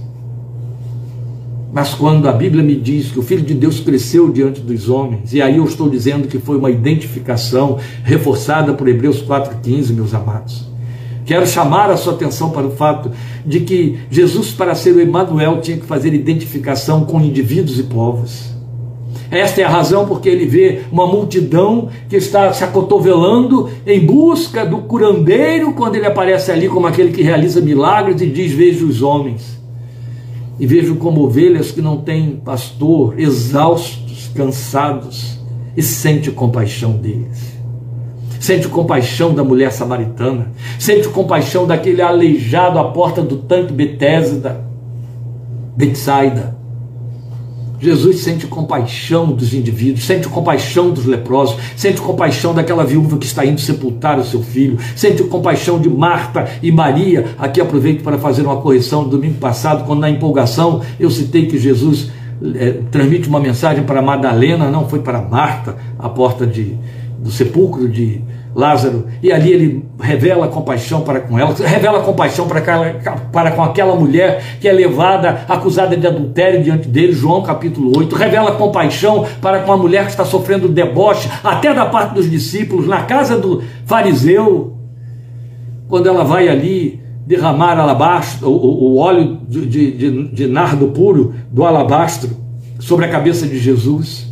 Speaker 1: Mas quando a Bíblia me diz que o Filho de Deus cresceu diante dos homens, e aí eu estou dizendo que foi uma identificação reforçada por Hebreus quatro, quinze, meus amados. Quero chamar a sua atenção para o fato de que Jesus, para ser o Emanuel, tinha que fazer identificação com indivíduos e povos. Esta é a razão porque ele vê uma multidão que está se acotovelando em busca do curandeiro, quando ele aparece ali como aquele que realiza milagres e diz: vejo os homens. E vejo como ovelhas que não têm pastor, exaustos, cansados, e sente compaixão deles. Sente compaixão da mulher samaritana, sente compaixão daquele aleijado à porta do tanque Betesda, Betsaida. Jesus sente compaixão dos indivíduos, sente compaixão dos leprosos, sente compaixão daquela viúva que está indo sepultar o seu filho, sente compaixão de Marta e Maria. Aqui aproveito para fazer uma correção do domingo passado, quando na empolgação eu citei que Jesus é, transmite uma mensagem para Madalena, não, foi para Marta, à porta de, do sepulcro de Lázaro, e ali ele revela compaixão para com ela, revela compaixão para, aquela, para com aquela mulher que é levada, acusada de adultério diante dele, João capítulo oito, revela compaixão para com a mulher que está sofrendo deboche, até da parte dos discípulos, na casa do fariseu, quando ela vai ali derramar alabastro, o, o óleo de, de, de nardo puro do alabastro sobre a cabeça de Jesus,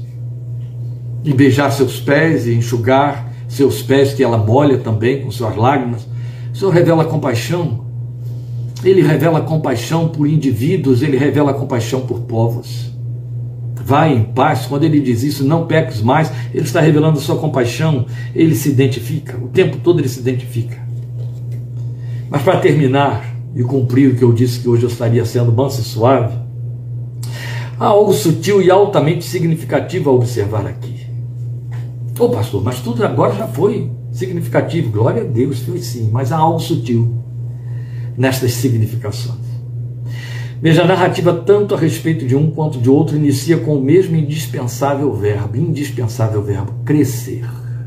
Speaker 1: e beijar seus pés e enxugar seus pés, que ela molha também com suas lágrimas. O Senhor revela compaixão. Ele revela compaixão por indivíduos, ele revela compaixão por povos. vai em paz. Quando ele diz isso, não peques mais, ele está revelando a sua compaixão, ele se identifica, o tempo todo ele se identifica. Mas para terminar e cumprir o que eu disse que hoje eu estaria sendo manso e suave, há algo sutil e altamente significativo a observar aqui. Ô pastor, mas tudo agora já foi significativo, glória a Deus, foi sim, mas há algo sutil nestas significações. Veja, a narrativa, tanto a respeito de um quanto de outro, inicia com o mesmo indispensável verbo, indispensável verbo, crescer.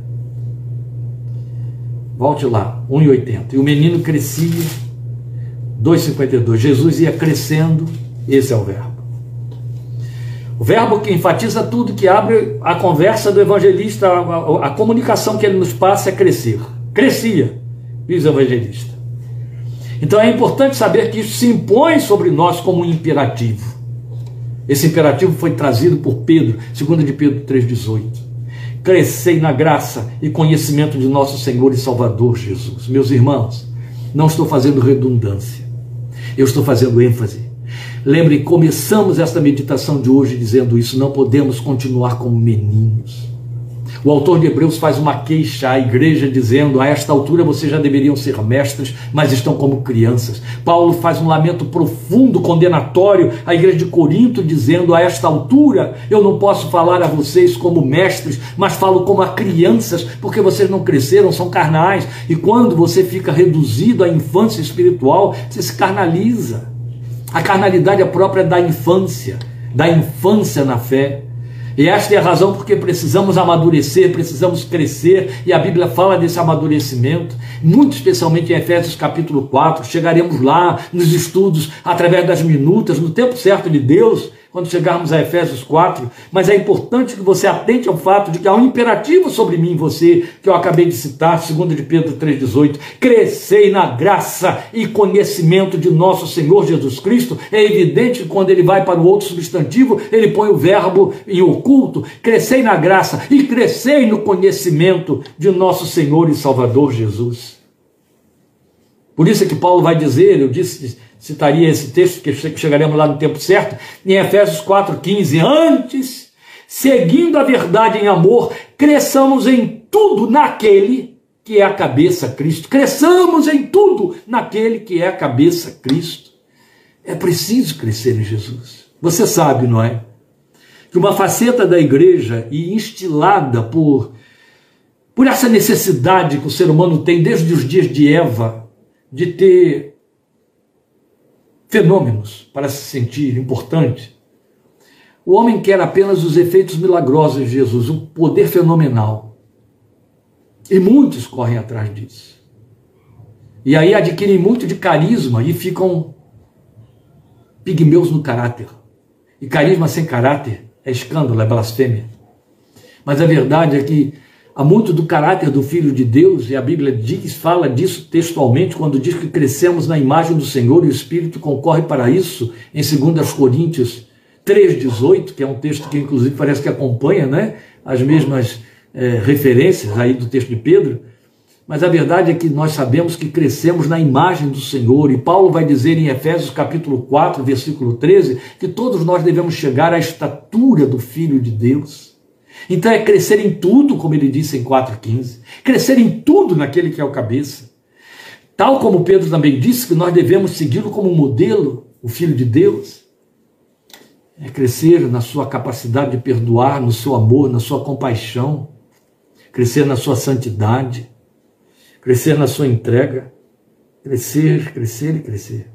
Speaker 1: Volte lá, um e oitenta. E o menino crescia, dois e cinquenta e dois. Jesus ia crescendo, esse é o verbo. O verbo que enfatiza tudo, que abre a conversa do evangelista, a, a, a comunicação que ele nos passa é crescer. Crescia, diz o evangelista. Então é importante saber que isso se impõe sobre nós como um imperativo. Esse imperativo foi trazido por Pedro, segundo de Pedro três, dezoito. Crescei na graça e conhecimento de nosso Senhor e Salvador Jesus. Meus irmãos, não estou fazendo redundância, eu estou fazendo ênfase. Lembre, começamos esta meditação de hoje dizendo isso, não podemos continuar como meninos. O autor de Hebreus faz uma queixa à igreja dizendo, a esta altura vocês já deveriam ser mestres, mas estão como crianças. Paulo faz um lamento profundo, condenatório à igreja de Corinto, dizendo, a esta altura eu não posso falar a vocês como mestres, mas falo como a crianças, porque vocês não cresceram, são carnais. E quando você fica reduzido à infância espiritual, você se carnaliza. A carnalidade é própria da infância, da infância na fé. E esta é a razão porque precisamos amadurecer, precisamos crescer, e a Bíblia fala desse amadurecimento, muito especialmente em Efésios capítulo quatro, chegaremos lá nos estudos, através das minutas, no tempo certo de Deus, quando chegarmos a Efésios quatro, mas é importante que você atente ao fato de que há um imperativo sobre mim e você, que eu acabei de citar, segundo de Pedro três, dezoito, crescei na graça e conhecimento de nosso Senhor Jesus Cristo. É evidente que quando ele vai para o outro substantivo, ele põe o verbo em oculto, crescei na graça e crescei no conhecimento de nosso Senhor e Salvador Jesus. Por isso é que Paulo vai dizer, eu disse, citaria esse texto, que chegaremos lá no tempo certo, em Efésios quatro, quinze, antes, seguindo a verdade em amor, cresçamos em tudo naquele que é a cabeça, Cristo. Cresçamos em tudo naquele que é a cabeça, Cristo. É preciso crescer em Jesus. Você sabe, não é? Que uma faceta da igreja, e instilada por, por essa necessidade que o ser humano tem desde os dias de Eva, de ter fenômenos para se sentir importante. O homem quer apenas os efeitos milagrosos de Jesus, o poder fenomenal. E muitos correm atrás disso. E aí adquirem muito de carisma e ficam pigmeus no caráter. E carisma sem caráter é escândalo, é blasfêmia. Mas a verdade é que há muito do caráter do Filho de Deus, e a Bíblia diz, fala disso textualmente, quando diz que crescemos na imagem do Senhor, e o Espírito concorre para isso, em dois Coríntios três, dezoito, que é um texto que inclusive parece que acompanha, né, as mesmas é, referências aí do texto de Pedro. Mas a verdade é que nós sabemos que crescemos na imagem do Senhor, e Paulo vai dizer em Efésios capítulo quatro, versículo treze, que todos nós devemos chegar à estatura do Filho de Deus. Então é crescer em tudo, como ele disse em quatro, quinze. Crescer em tudo naquele que é o cabeça. Tal como Pedro também disse que nós devemos segui-lo como modelo, o Filho de Deus. É crescer na sua capacidade de perdoar, no seu amor, na sua compaixão. Crescer na sua santidade. Crescer na sua entrega. Crescer, crescer e crescer.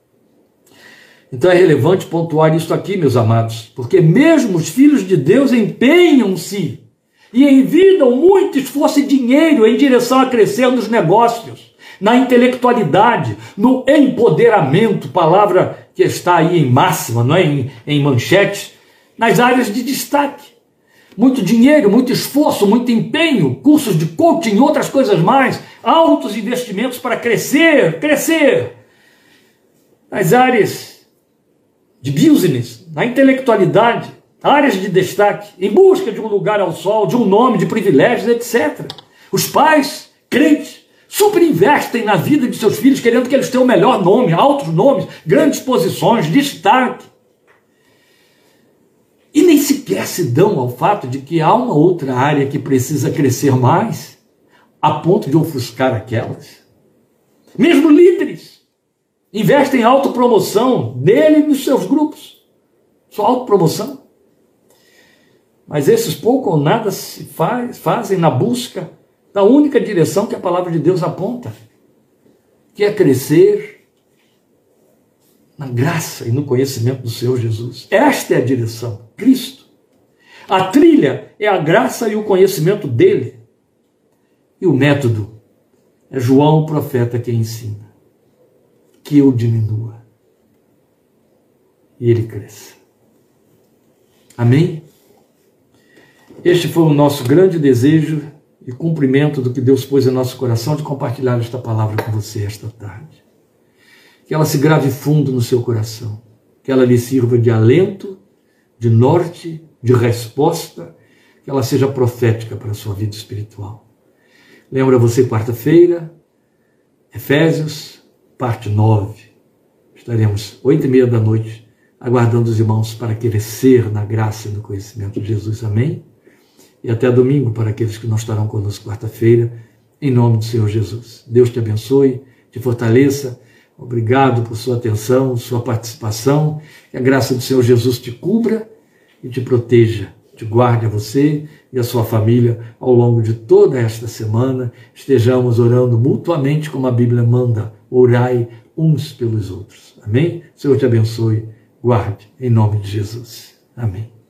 Speaker 1: Então é relevante pontuar isso aqui, meus amados, porque mesmo os filhos de Deus empenham-se e envidam muito esforço e dinheiro em direção a crescer nos negócios, na intelectualidade, no empoderamento, palavra que está aí em máxima, não é? em, em manchete, nas áreas de destaque. Muito dinheiro, muito esforço, muito empenho, cursos de coaching e outras coisas mais, altos investimentos para crescer, crescer. Nas áreas de business, na intelectualidade, áreas de destaque, em busca de um lugar ao sol, de um nome, de privilégios, etcétera. Os pais, crentes, super investem na vida de seus filhos, querendo que eles tenham o melhor nome, altos nomes, grandes posições, destaque. E nem sequer se dão ao fato de que há uma outra área que precisa crescer mais, a ponto de ofuscar aquelas. Mesmo líderes investem em autopromoção dele e dos seus grupos. Sua autopromoção. Mas esses pouco ou nada se faz, fazem na busca da única direção que a palavra de Deus aponta, que é crescer na graça e no conhecimento do Senhor Jesus. Esta é a direção, Cristo. A trilha é a graça e o conhecimento dele. E o método é João, o profeta, quem ensina. Que eu diminua e ele cresça. Amém? Este foi o nosso grande desejo e cumprimento do que Deus pôs em nosso coração de compartilhar esta palavra com você esta tarde. Que ela se grave fundo no seu coração, que ela lhe sirva de alento, de norte, de resposta, que ela seja profética para a sua vida espiritual. Lembra você, quarta-feira, Efésios, parte nove. Estaremos oito e meia da noite, aguardando os irmãos para crescer na graça e no conhecimento de Jesus. Amém? E até domingo para aqueles que não estarão conosco quarta-feira, em nome do Senhor Jesus. Deus te abençoe, te fortaleça. Obrigado por sua atenção, sua participação. Que a graça do Senhor Jesus te cubra e te proteja, te guarde a você e a sua família ao longo de toda esta semana. Estejamos orando mutuamente como a Bíblia manda. Orai uns pelos outros. Amém? O Senhor te abençoe, guarde, em nome de Jesus. Amém.